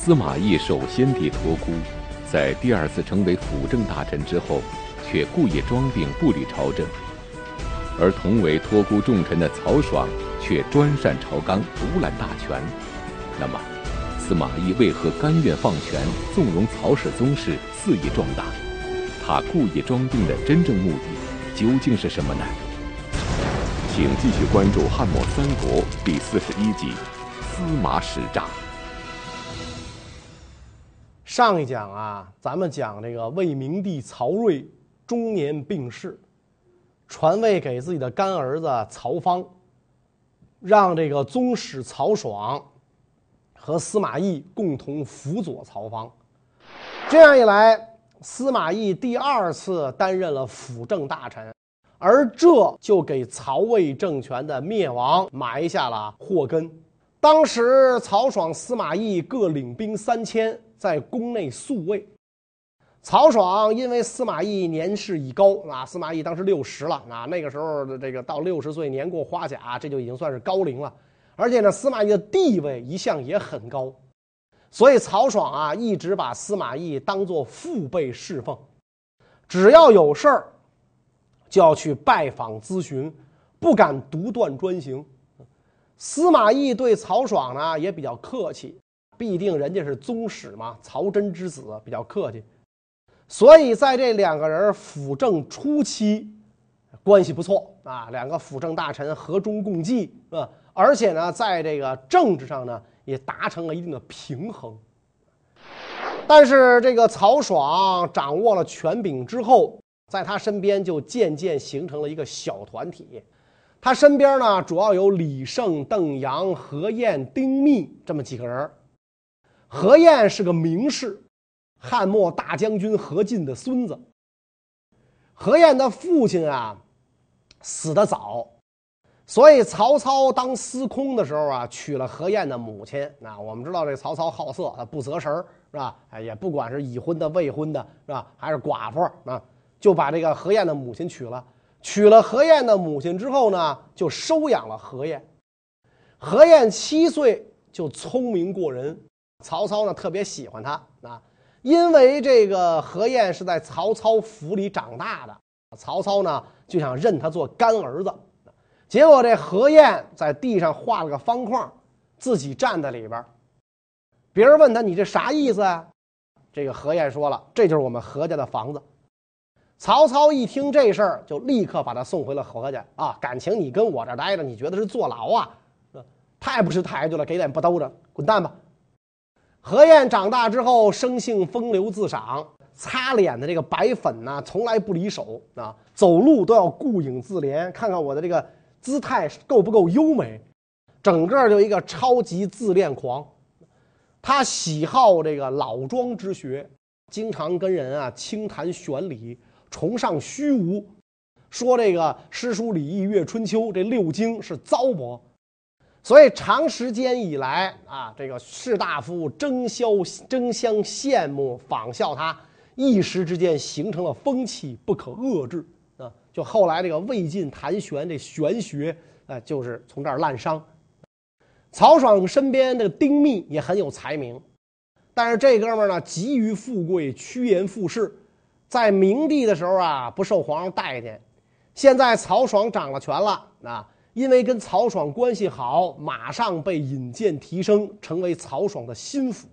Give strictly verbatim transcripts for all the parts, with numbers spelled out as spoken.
司马懿受先帝托孤，在第二次成为辅政大臣之后，却故意装病不理朝政，而同为托孤重臣的曹爽却专擅朝纲，独揽大权。那么，司马懿为何甘愿放权，纵容曹氏宗室肆意壮大？他故意装病的真正目的究竟是什么呢？请继续关注《汉末三国》第四十一集《司马使诈》。 上一讲啊，咱们讲这个魏明帝曹睿中年病逝，传位给自己的干儿子曹芳，让这个宗室曹爽和司马懿共同辅佐曹芳。这样一来，司马懿第二次担任了辅政大臣，而这就给曹魏政权的灭亡埋下了祸根。当时曹爽、司马懿各领兵三千，在宫内宿卫。曹爽因为司马懿年事已高啊，司马懿当时六十了啊，那个时候的这个到六十岁年过花甲，这就已经算是高龄了。而且呢，司马懿的地位一向也很高，所以曹爽啊一直把司马懿当作父辈侍奉，只要有事儿就要去拜访咨询，不敢独断专行。司马懿对曹爽呢也比较客气，必定人家是宗室嘛，曹真之子，比较客气。所以在这两个人辅政初期，关系不错啊，两个辅政大臣和衷共济啊，而且呢，在这个政治上呢也达成了一定的平衡。但是这个曹爽掌握了权柄之后，在他身边就渐渐形成了一个小团体。他身边呢主要有李胜、邓阳、何晏、丁密这么几个人。何晏是个名士，汉末大将军何进的孙子。何晏的父亲啊死得早，所以曹操当司空的时候啊娶了何晏的母亲。那我们知道这曹操好色，他不择食是吧？也不管是已婚的、未婚的是吧，还是寡妇啊，就把这个何晏的母亲娶了。娶了何晏的母亲之后呢，就收养了何晏。何晏七岁就聪明过人，曹操呢特别喜欢他啊，因为这个何晏是在曹操府里长大的，曹操呢就想认他做干儿子。结果这何晏在地上画了个方框，自己站在里边。别人问他：“你这啥意思啊？”这个何晏说了：“这就是我们何家的房子。”曹操一听这事儿，就立刻把他送回了何家啊！感情你跟我这儿待着，你觉得是坐牢啊？太不识抬举了，给脸不兜着，滚蛋吧！何晏长大之后，生性风流自赏，擦脸的这个白粉呢，从来不离手啊，走路都要顾影自怜，看看我的这个姿态够不够优美，整个就一个超级自恋狂。他喜好这个老庄之学，经常跟人啊轻谈玄理，崇尚虚无，说这个诗书礼义乐春秋这六经是糟粕。所以长时间以来啊，这个士大夫争相争相羡慕仿效他，一时之间形成了风气，不可遏制啊！就后来这个魏晋谈玄这玄学啊，就是从这儿滥觞。曹爽身边的丁密也很有才名，但是这哥们儿呢急于富贵，趋炎附势，在明帝的时候啊不受皇上待见。现在曹爽掌了权了啊，因为跟曹爽关系好，马上被引荐提升，成为曹爽的心腹。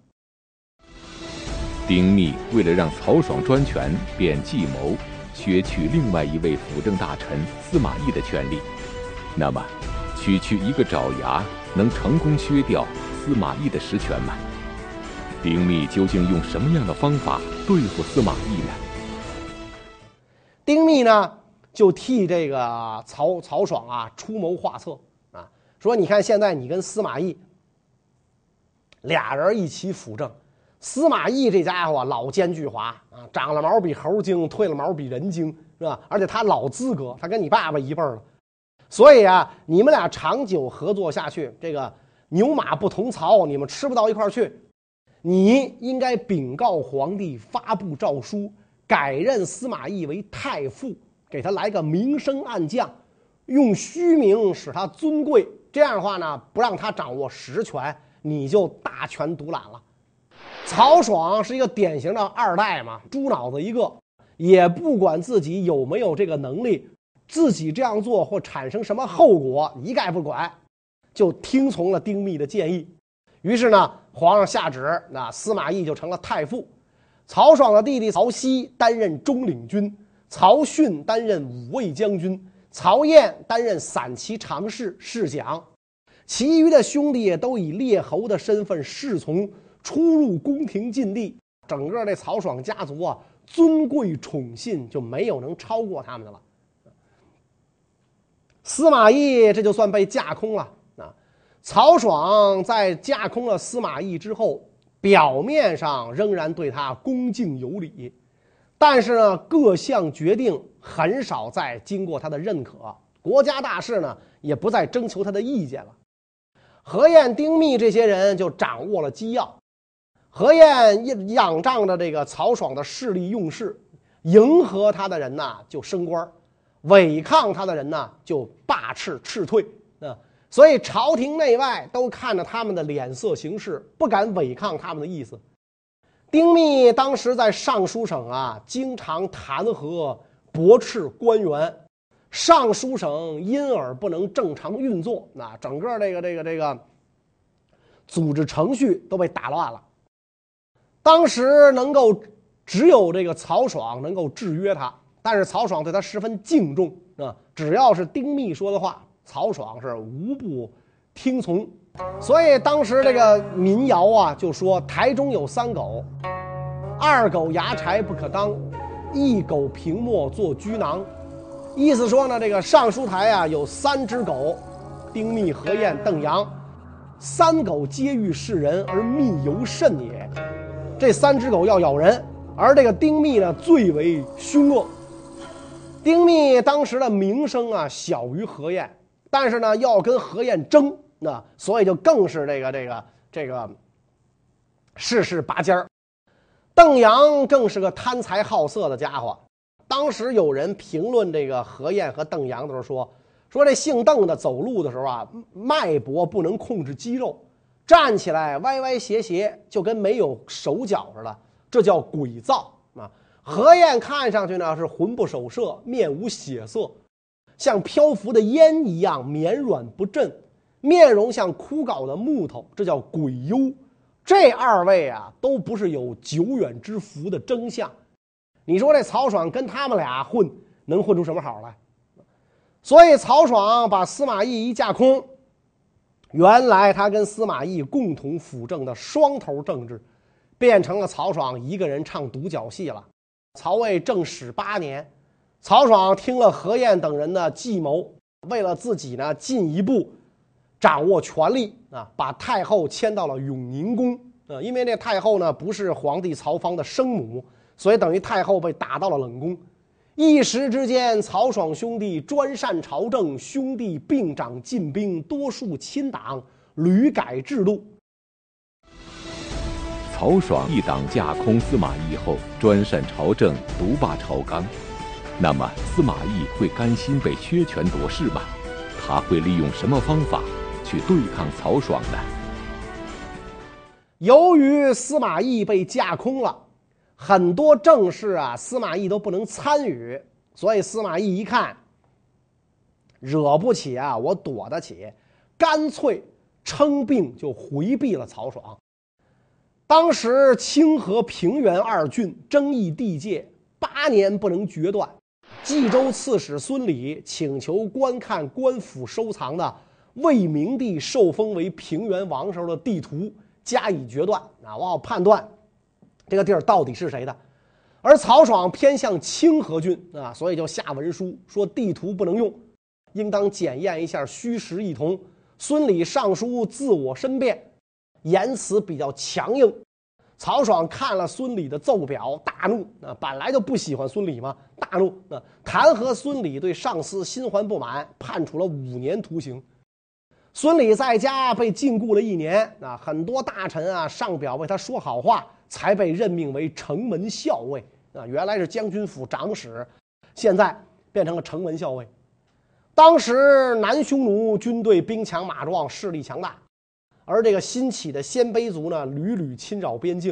丁密为了让曹爽专权，便计谋削去另外一位辅政大臣司马懿的权力。那么，区区一个爪牙，能成功削掉司马懿的实权吗？丁密究竟用什么样的方法对付司马懿呢？ 丁密呢？就替这个曹曹爽啊出谋划策啊，说你看现在你跟司马懿俩人一起辅政，司马懿这家伙老奸巨猾啊，长了毛比猴精，退了毛比人精，是吧？而且他老资格，他跟你爸爸一辈儿了，所以啊，你们俩长久合作下去，这个牛马不同槽，你们吃不到一块儿去。你应该禀告皇帝，发布诏书，改任司马懿为太傅。给他来个明升暗降，用虚名使他尊贵，这样的话呢，不让他掌握实权，你就大权独揽了。 曹爽是一个典型的二代嘛，猪脑子一个，也不管自己有没有这个能力，自己这样做或产生什么后果一概不管，就听从了丁密的建议。于是呢，皇上下旨，那司马懿就成了太傅，曹爽的弟弟曹丕担任中领军，曹训担任武卫将军，曹燕担任散骑常侍侍讲，其余的兄弟也都以列侯的身份侍从出入宫廷禁地。整个这曹爽家族啊，尊贵宠信，就没有能超过他们的了。司马懿这就算被架空了啊！曹爽在架空了司马懿之后，表面上仍然对他恭敬有礼，但是呢，各项决定很少再经过他的认可，国家大事呢也不再征求他的意见了。何晏、丁密这些人就掌握了机要。何晏仰仗着这个曹爽的势力用事，迎合他的人呢就升官，违抗他的人呢就罢斥斥退啊。所以朝廷内外都看着他们的脸色行事，不敢违抗他们的意思。丁密当时在尚书省啊，经常弹劾驳斥官员，尚书省因而不能正常运作，那整个这个这个这个组织程序都被打乱了。当时能够只有这个曹爽能够制约他，但是曹爽对他十分敬重啊，只要是丁密说的话，曹爽是无不听从。所以当时这个民谣啊就说，台中有三狗，二狗牙柴不可当，一狗平末做居囊。意思说呢，这个尚书台啊有三只狗，丁密、何晏、邓阳，三狗皆欲世人而密尤甚也。这三只狗要咬人，而这个丁密呢最为凶恶。丁密当时的名声啊小于何晏，但是呢要跟何晏争，那所以就更是这个这个这个事事拔尖儿。邓阳更是个贪财好色的家伙。当时有人评论这个何晏和邓阳的时候说，说这姓邓的走路的时候啊，脉搏不能控制肌肉，站起来歪歪斜斜，就跟没有手脚似的，这叫鬼躁啊。何晏看上去呢是魂不守舍，面无血色，像漂浮的烟一样绵软不振，面容像枯槁的木头，这叫鬼幽。这二位啊都不是有久远之福的征相。你说这曹爽跟他们俩混，能混出什么好来？所以曹爽把司马懿一架空，原来他跟司马懿共同辅政的双头政治，变成了曹爽一个人唱独角戏了。曹魏正始八年，曹爽听了何晏等人的计谋，为了自己呢进一步掌握权力啊，把太后迁到了永宁宫啊，因为那太后呢不是皇帝曹芳的生母，所以等于太后被打到了冷宫。一时之间，曹爽兄弟专擅朝政，兄弟并掌禁兵，多数亲党，屡改制度。 曹爽一党架空司马懿后，专擅朝政，独霸朝纲。那么司马懿会甘心被削权夺势吗？他会利用什么方法去对抗曹爽呢？ 由于司马懿被架空了，很多政事啊，司马懿都不能参与，所以司马懿一看，惹不起啊，我躲得起，干脆称病就回避了曹爽。当时清河平原二郡争议地界，八年不能决断。冀州刺史孙礼请求观看官府收藏的魏明帝受封为平原王时候的地图，加以决断啊，我好判断这个地儿到底是谁的。而曹爽偏向清河郡啊，所以就下文书说地图不能用，应当检验一下虚实一同。孙礼上书自我申辩，言辞比较强硬。曹爽看了孙礼的奏表，大怒啊！本来就不喜欢孙礼嘛，大怒啊！弹劾孙礼对上司心怀不满，判处了五年徒刑。孙礼在家被禁锢了一年啊，很多大臣啊上表为他说好话，才被任命为城门校尉啊。原来是将军府长史，现在变成了城门校尉。当时南匈奴军队兵强马壮，势力强大。而这个新起的鲜卑族呢，屡屡侵扰边境，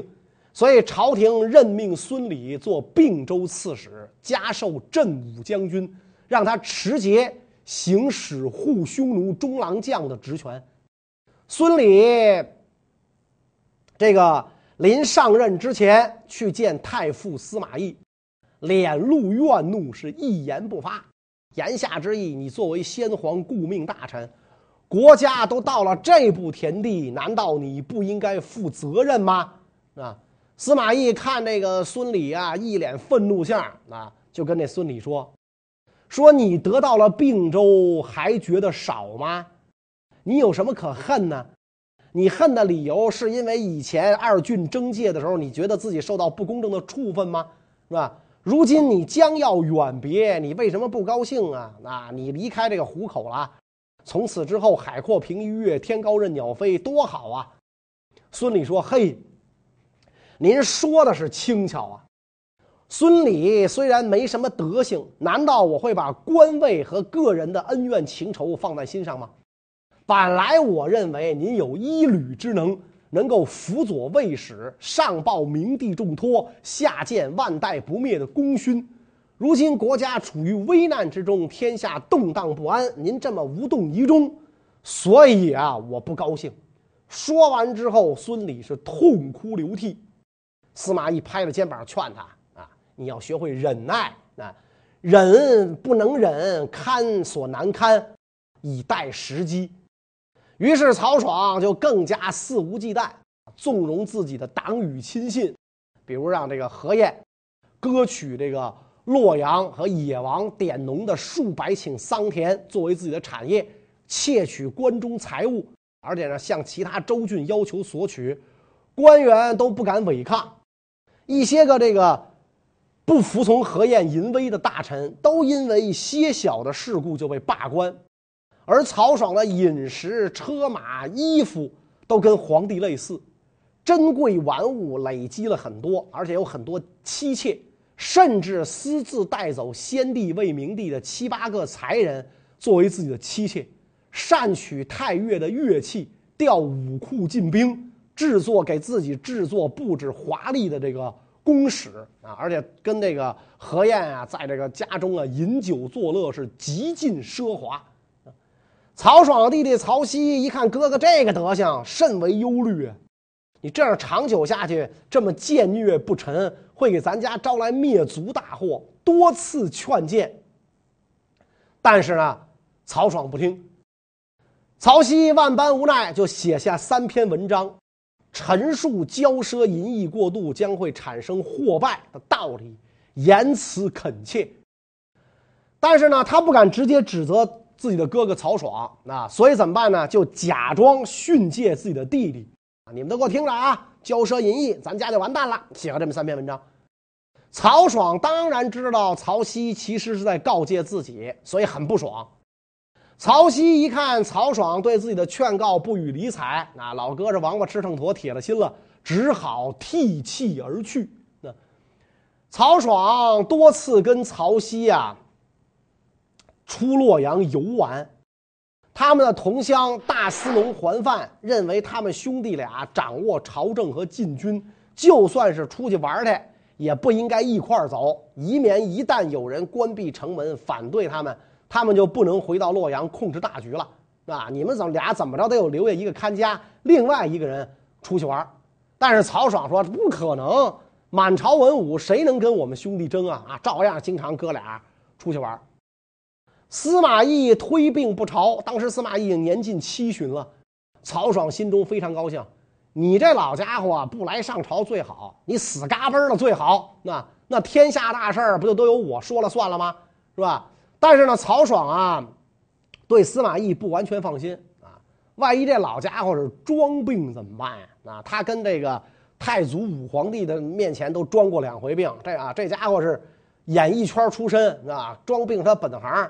所以朝廷任命孙礼做并州刺史，加授镇武将军，让他持节行使护匈奴中郎将的职权。孙礼这个临上任之前去见太傅司马懿，脸露怨怒，是一言不发。言下之意，你作为先皇顾命大臣，国家都到了这步田地，难道你不应该负责任吗？啊，司马懿看这个孙礼啊，一脸愤怒相啊，就跟这孙礼说：“说你得到了并州，还觉得少吗？你有什么可恨呢？你恨的理由是因为以前二郡征界的时候，你觉得自己受到不公正的处分吗？是吧？如今你将要远别，你为什么不高兴啊？啊，你离开这个虎口了，从此之后海阔凭鱼跃，天高任鸟飞，多好啊！”孙礼说：“嘿，您说的是轻巧啊。孙礼虽然没什么德行，难道我会把官位和个人的恩怨情仇放在心上吗？本来我认为您有一吕之能，能够辅佐卫使，上报明帝重托，下见万代不灭的功勋。如今国家处于危难之中，天下动荡不安，您这么无动于衷，所以啊，我不高兴。”说完之后，孙礼是痛哭流涕。司马懿拍了肩膀劝他啊，你要学会忍耐啊，忍不能忍，堪所难堪，以待时机。于是曹爽就更加肆无忌惮，纵容自己的党羽亲信，比如让这个何晏割取这个洛阳和野王典农的数百顷桑田作为自己的产业，窃取关中财物，而且呢向其他州郡要求索取，官员都不敢违抗。一些个这个不服从何晏淫威的大臣，都因为些小的事故就被罢官。而曹爽的饮食、车马、衣服都跟皇帝类似，珍贵玩物累积了很多，而且有很多妻妾，甚至私自带走先帝魏明帝的七八个才人作为自己的妻妾，善取太岳的乐器，调武库进兵，制作给自己制作布置华丽的这个宫室啊，而且跟这个何晏啊，在这个家中啊饮酒作乐，是极尽奢华。曹爽弟弟曹丕一看哥哥这个德行，甚为忧虑。你这样长久下去，这么僭越不臣，会给咱家招来灭族大祸。多次劝谏，但是呢，曹爽不听。曹丕万般无奈，就写下三篇文章，陈述骄奢淫逸过度将会产生祸败的道理，言辞恳切。但是呢，他不敢直接指责自己的哥哥曹爽啊，所以怎么办呢？就假装训诫自己的弟弟啊，你们都给我听着啊，骄奢淫逸，咱家就完蛋了。写了这么三篇文章。曹爽当然知道曹丕其实是在告诫自己，所以很不爽。曹丕一看曹爽对自己的劝告不予理睬，啊，老哥这王八吃秤砣，铁了心了，只好涕泣而去。那曹爽多次跟曹丕啊出洛阳游玩，他们的同乡大司农桓范认为他们兄弟俩掌握朝政和禁军，就算是出去玩去，也不应该一块儿走，以免一旦有人关闭城门反对他们，他们就不能回到洛阳控制大局了。啊，你们怎么俩怎么着都有留下一个看家，另外一个人出去玩。但是曹爽说不可能，满朝文武谁能跟我们兄弟争啊？啊，照样经常哥俩出去玩。司马懿推病不朝，当时司马懿已经年近七旬了，曹爽心中非常高兴，你这老家伙不来上朝最好，你死嘎嘣了最好，那那天下大事儿不就都由我说了算了吗？是吧？但是呢，曹爽啊对司马懿不完全放心啊，万一这老家伙是装病怎么办呀？啊，他跟这个太祖武皇帝的面前都装过两回病，这啊这家伙是演艺圈出身啊，装病他本行。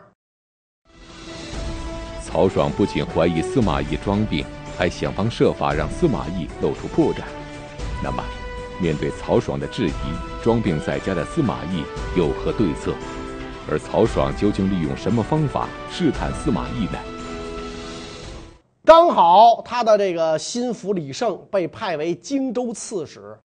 曹爽不仅怀疑司马懿装病，还想方设法让司马懿露出破绽。那么，面对曹爽的质疑，装病在家的司马懿有何对策？而曹爽究竟利用什么方法试探司马懿呢？ 刚好他的这个心腹李胜被派为荆州刺史，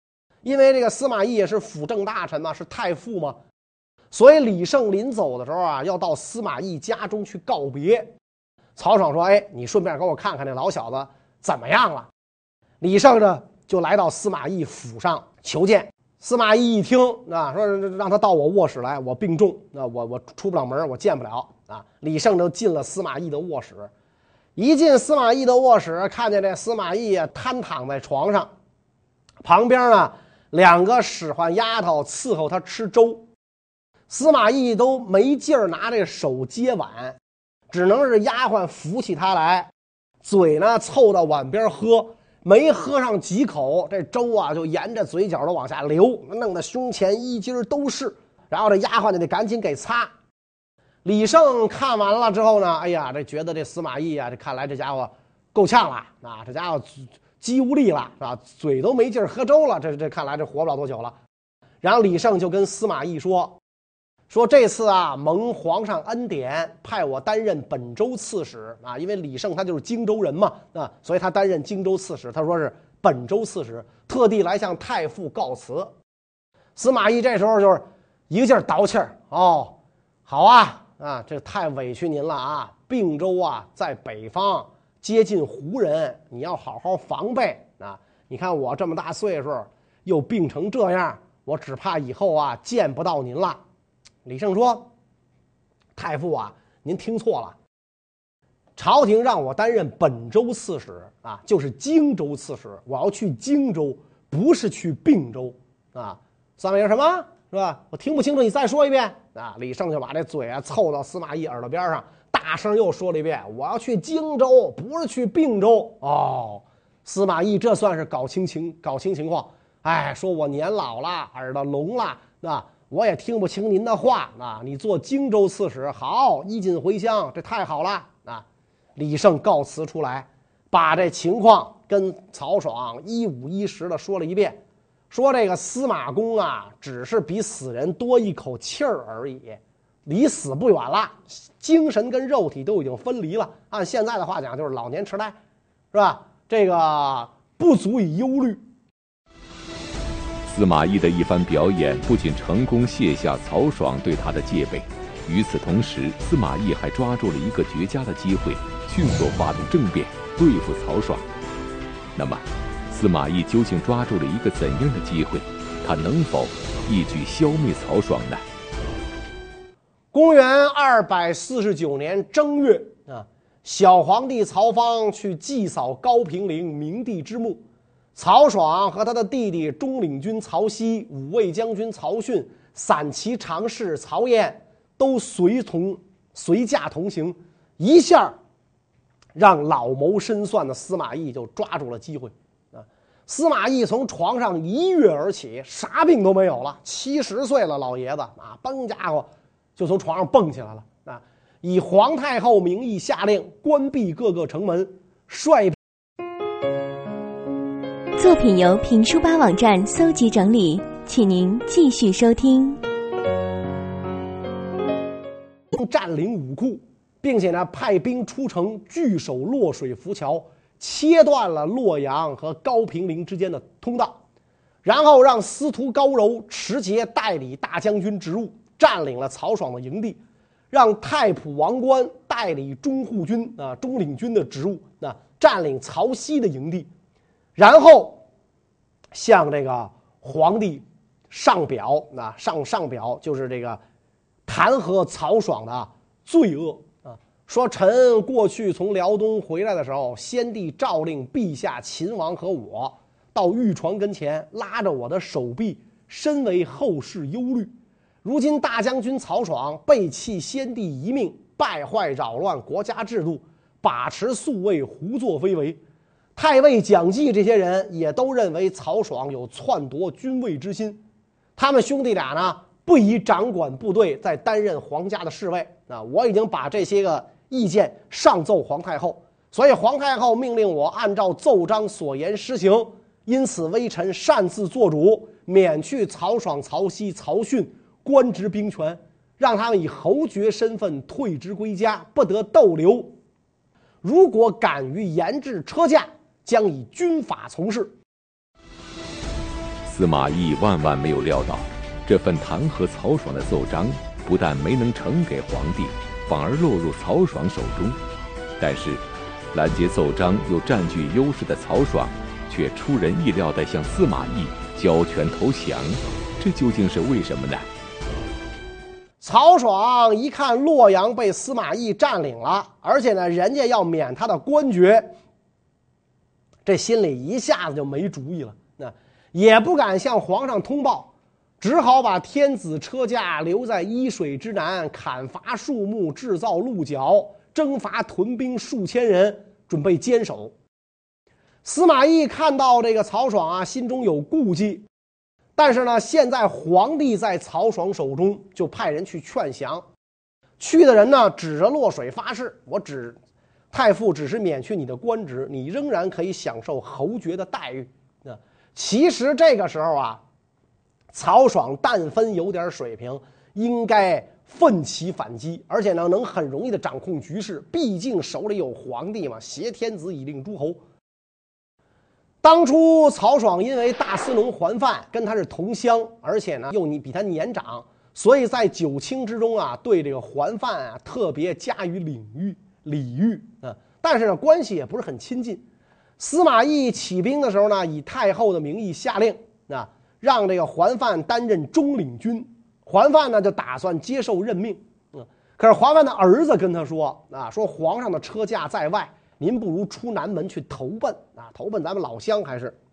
因为这个司马懿也是辅政大臣嘛，是太傅嘛，所以李胜临走的时候啊，要到司马懿家中去告别。曹爽说：“哎，你顺便给我看看那老小子怎么样了。”李胜呢就来到司马懿府上求见。司马懿一听啊，说让他到我卧室来，我病重，那我我出不了门，我见不了啊。李胜就进了司马懿的卧室。一进司马懿的卧室，看见这司马懿啊瘫躺在床上，旁边呢两个使唤丫头伺候他吃粥。司马懿都没劲儿拿这手接碗，只能是丫鬟扶起他来，嘴呢凑到碗边喝，没喝上几口，这粥啊就沿着嘴角都往下流，弄得胸前衣襟都是。然后这丫鬟就得赶紧给擦。李胜看完了之后呢，哎呀，这觉得这司马懿啊，这看来这家伙够呛了啊，这家伙肌无力了，是吧？嘴都没劲儿喝粥了，这这看来这活不了多久了。然后李胜就跟司马懿说，说这次啊，蒙皇上恩典，派我担任本州刺史啊，因为李胜他就是荆州人嘛，啊，所以他担任荆州刺史。他说是本州刺史，特地来向太傅告辞。司马懿这时候就是一个劲儿倒气儿，哦，好啊。啊，这太委屈您了啊！并州啊，在北方，接近胡人，你要好好防备啊！你看我这么大岁数，又病成这样，我只怕以后啊见不到您了。李胜说：“太傅啊，您听错了，朝廷让我担任本州刺史啊，就是荆州刺史，我要去荆州，不是去并州啊。”三位说什么？是吧？我听不清楚，你再说一遍啊！李胜就把这嘴啊凑到司马懿耳朵边上，大声又说了一遍：“我要去荆州，不是去并州。”哦，司马懿这算是搞清情搞清情况。哎，说我年老了，耳朵聋了，啊，我也听不清您的话啊！你做荆州刺史，好，衣锦回乡，这太好了啊！李胜告辞出来，把这情况跟曹爽一五一十的说了一遍。说这个司马公啊，只是比死人多一口气儿而已，离死不远了，精神跟肉体都已经分离了。按现在的话讲，就是老年痴呆，是吧？这个不足以忧虑。 司马懿的一番表演，不仅成功卸下曹爽对他的戒备，与此同时，司马懿还抓住了一个绝佳的机会，迅速发动政变，对付曹爽。那么，司马懿究竟抓住了一个怎样的机会？他能否一举消灭曹爽呢？ 公元二百四十九年正月啊，小皇帝曹芳去祭扫高平陵明帝之墓，曹爽和他的弟弟中领军曹熙、五位将军曹训、散骑常侍曹燕都随同随驾同行，一下让老谋深算的司马懿就抓住了机会。司马懿从床上一跃而起，啥病都没有了，七十岁了老爷子啊，嘣家伙就从床上蹦起来了啊！以皇太后名义下令关闭各个城门，率作品由评书吧网站搜集整理，请您继续收听。 占领武库，并且呢派兵出城据守洛水浮桥，切断了洛阳和高平陵之间的通道，然后让司徒高柔持节代理大将军职务，占领了曹爽的营地，让太仆王冠代理中护军啊中领军的职务，啊占领曹熙的营地，然后向这个皇帝上表，啊上上表就是这个弹劾曹爽的罪恶。说臣过去从辽东回来的时候，先帝诏令陛下秦王和我到玉床跟前，拉着我的手臂，深为后世忧虑。如今大将军曹爽背弃先帝遗命，败坏扰乱国家制度，把持宿卫，胡作非为。太尉蒋济这些人也都认为曹爽有篡夺君位之心，他们兄弟俩呢不宜掌管部队，再担任皇家的侍卫啊！我已经把这些个意见上奏皇太后，所以皇太后命令我按照奏章所言施行，因此微臣擅自做主，免去曹爽、曹熙、曹训官职兵权，让他们以侯爵身份退职归家，不得逗留。如果敢于严制车驾，将以军法从事。 司马懿万万没有料到，这份弹劾曹爽的奏章不但没能呈给皇帝，反而落入曹爽手中。但是拦截奏章又占据优势的曹爽，却出人意料地向司马懿交权投降，这究竟是为什么呢？ 曹爽一看洛阳被司马懿占领了，而且呢，人家要免他的官爵，这心里一下子就没主意了，那也不敢向皇上通报，只好把天子车驾留在伊水之南，砍伐树木，制造鹿角，征伐屯兵数千人，准备坚守。司马懿看到这个曹爽啊，心中有顾忌，但是呢，现在皇帝在曹爽手中，就派人去劝降。去的人呢，指着洛水发誓：我只太傅只是免去你的官职，你仍然可以享受侯爵的待遇。那其实这个时候啊，曹爽但分有点水平，应该奋起反击，而且呢，能很容易的掌控局势。毕竟手里有皇帝嘛，挟天子以令诸侯。当初曹爽因为大司农桓范跟他是同乡，而且呢又你比他年长，所以在九卿之中啊，对这个桓范啊特别加于领域礼遇啊。但是呢，关系也不是很亲近。司马懿起兵的时候呢，以太后的名义下令啊，让这个桓范担任中领军。桓范呢就打算接受任命，嗯，可是桓范的儿子跟他说啊，说皇上的车驾在外，您不如出南门去投奔啊，投奔咱们老乡还是。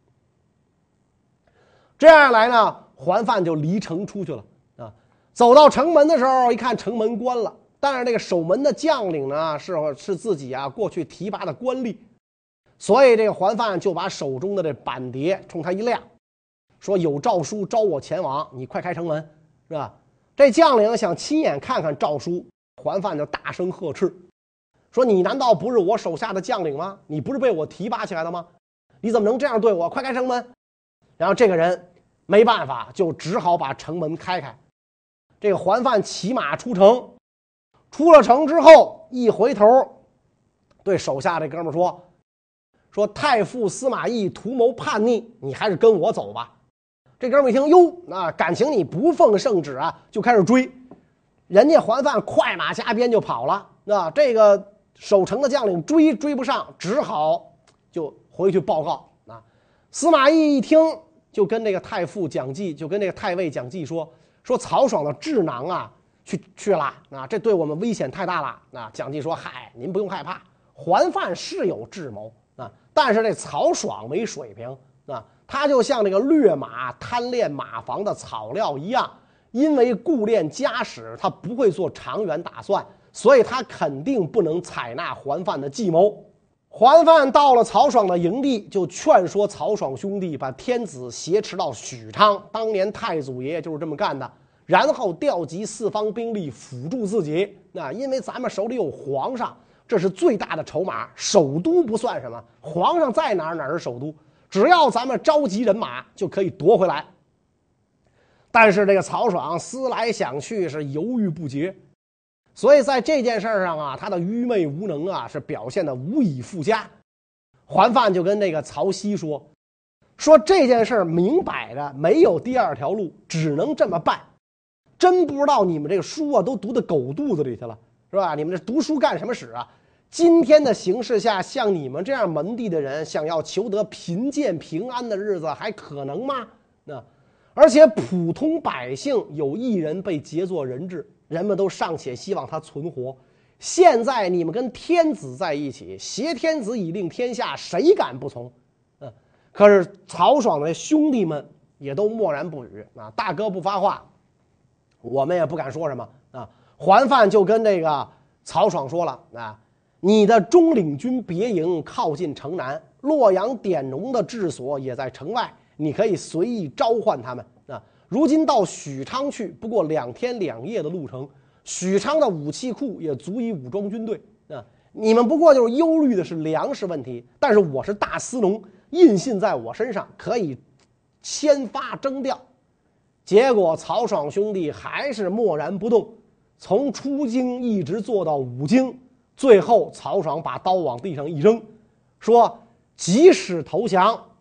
这样来呢，桓范就离城出去了啊。走到城门的时候，一看城门关了，但是那个守门的将领呢，是是自己啊过去提拔的官吏，所以这个桓范就把手中的这板碟冲他一亮，说有诏书召我前往，你快开城门，是吧？这将领想亲眼看看诏书，桓范就大声呵斥，说你难道不是我手下的将领吗？你不是被我提拔起来的吗？你怎么能这样对我？快开城门！然后这个人没办法，就只好把城门开开。这个桓范骑马出城，出了城之后一回头，对手下这哥们说说太傅司马懿图谋叛逆，你还是跟我走吧。这哥们一听，哟，那感情你不奉圣旨啊，就开始追。人家桓范快马加鞭就跑了，那这个守城的将领追追不上，只好就回去报告啊。司马懿一听，就跟这个太傅蒋济，就跟这个太尉蒋济说说曹爽的智囊啊去去了啊，这对我们危险太大了啊。蒋济说：“嗨，您不用害怕，桓范是有智谋啊，但是这曹爽没水平啊。”他就像这个掠马贪恋马房的草料一样，因为顾恋家史，他不会做长远打算，所以他肯定不能采纳桓范的计谋。桓范到了曹爽的营地，就劝说曹爽兄弟把天子挟持到许昌，当年太祖爷爷就是这么干的，然后调集四方兵力辅助自己。那因为咱们手里有皇上，这是最大的筹码，首都不算什么，皇上在哪儿哪儿是首都，只要咱们召集人马就可以夺回来。但是这个曹爽思来想去是犹豫不决，所以在这件事上啊，他的愚昧无能啊是表现的无以复加。桓范就跟那个曹丕说说这件事明摆着没有第二条路，只能这么办。真不知道你们这个书啊都读到狗肚子里去了，是吧？你们这读书干什么使啊？今天的形势下，像你们这样门第的人，想要求得贫贱平安的日子，还可能吗？那而且普通百姓有一人被劫作人质，人们都尚且希望他存活。现在你们跟天子在一起，挟天子以令天下，谁敢不从？嗯，可是曹爽的兄弟们也都默然不语啊，大哥不发话，我们也不敢说什么啊。桓范就跟这个曹爽说了啊。你的中领军别营靠近城南，洛阳典农的治所也在城外，你可以随意召唤他们啊。如今到许昌去，不过两天两夜的路程，许昌的武器库也足以武装军队啊。你们不过就是忧虑的是粮食问题，但是我是大司农，印信在我身上，可以先发征调。结果曹爽兄弟还是默然不动，从出京一直做到五京。最后曹爽把刀往地上一扔，说即使投降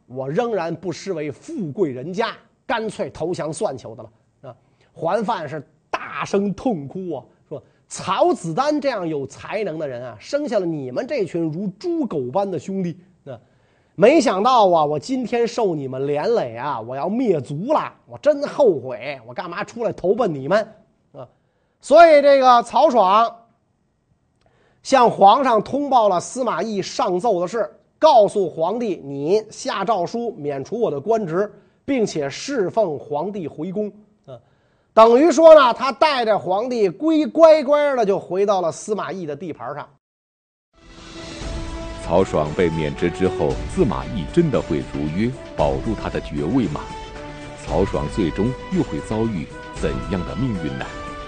我仍然不失为富贵人家，干脆投降算球的了啊！桓范是大声痛哭啊，说曹子丹这样有才能的人啊，生下了你们这群如猪狗般的兄弟啊！没想到啊，我今天受你们连累啊，我要灭族了，我真后悔，我干嘛出来投奔你们啊？所以这个曹爽向皇上通报了司马懿上奏的事，告诉皇帝你下诏书免除我的官职，并且侍奉皇帝回宫啊，等于说呢，他带着皇帝归乖乖的就回到了司马懿的地盘上。 曹爽被免职之后，司马懿真的会如约保住他的爵位吗？曹爽最终又会遭遇怎样的命运呢？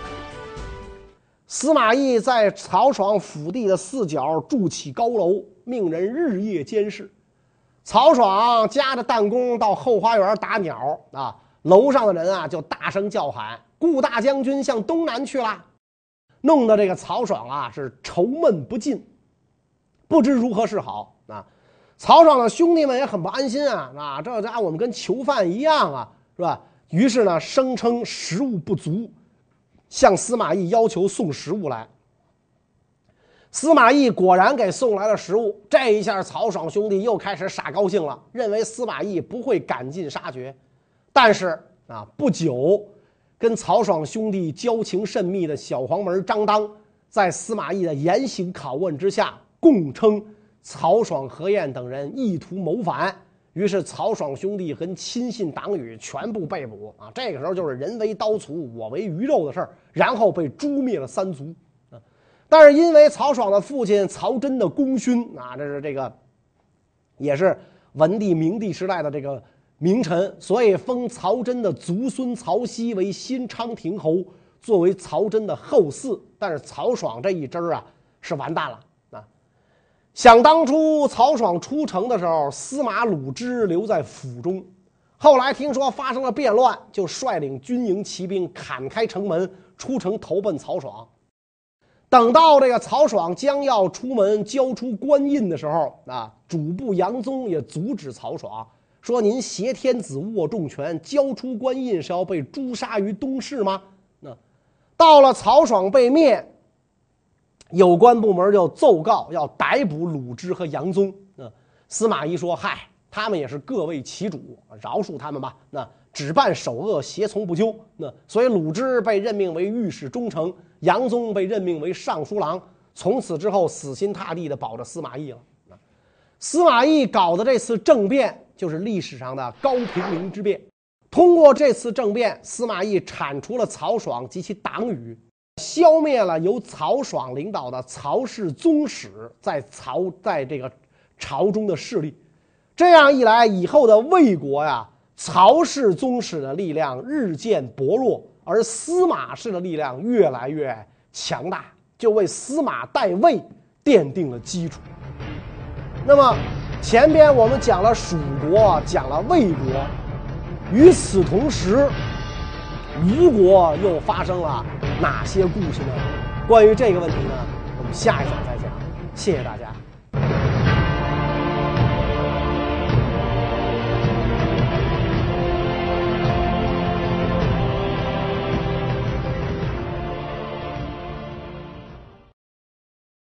司马懿在曹爽府地的四角筑起高楼，命人日夜监视。曹爽夹着弹弓到后花园打鸟啊，楼上的人啊就大声叫喊：“顾大将军向东南去了！”弄得这个曹爽啊是愁闷不尽，不知如何是好啊。曹爽的兄弟们也很不安心啊，啊，这家我们跟囚犯一样啊，是吧？于是呢，声称食物不足，向司马懿要求送食物来。司马懿果然给送来了食物，这一下曹爽兄弟又开始傻高兴了，认为司马懿不会赶尽杀绝。但是啊，不久，跟曹爽兄弟交情甚密的小黄门张当，在司马懿的严刑拷问之下，供称曹爽、何晏等人意图谋反。于是曹爽兄弟和亲信党羽全部被捕啊！这个时候就是人为刀俎，我为鱼肉的事儿，然后被诛灭了三族啊！但是因为曹爽的父亲曹真的功勋啊，这是这个也是文帝、明帝时代的这个名臣，所以封曹真的族孙曹熙为新昌亭侯，作为曹真的后嗣。但是曹爽这一支啊是完蛋了。想当初曹爽出城的时候，司马鲁之留在府中，后来听说发生了变乱，就率领军营骑兵砍开城门，出城投奔曹爽。等到这个曹爽将要出门交出官印的时候啊，主簿杨宗也阻止曹爽，说您挟天子握重权，交出官印是要被诛杀于东市吗？那到了曹爽被灭，有关部门就奏告要逮捕鲁之和杨宗。那司马懿说：“嗨，他们也是各为其主，饶恕他们吧。那只办首恶，胁从不究。那所以鲁之被任命为御史中丞，杨宗被任命为尚书郎。从此之后，死心塌地的保着司马懿了。司马懿搞的这次政变，就是历史上的高平陵之变。通过这次政变，司马懿铲除了曹爽及其党羽。”消灭了由曹爽领导的曹氏宗室在曹在这个朝中的势力，这样一来，以后的魏国呀，曹氏宗室的力量日渐薄弱，而司马氏的力量越来越强大，就为司马代魏奠定了基础。那么前边我们讲了蜀国，讲了魏国，与此同时，吴国又发生了哪些故事呢？关于这个问题呢，我们下一讲再讲。谢谢大家。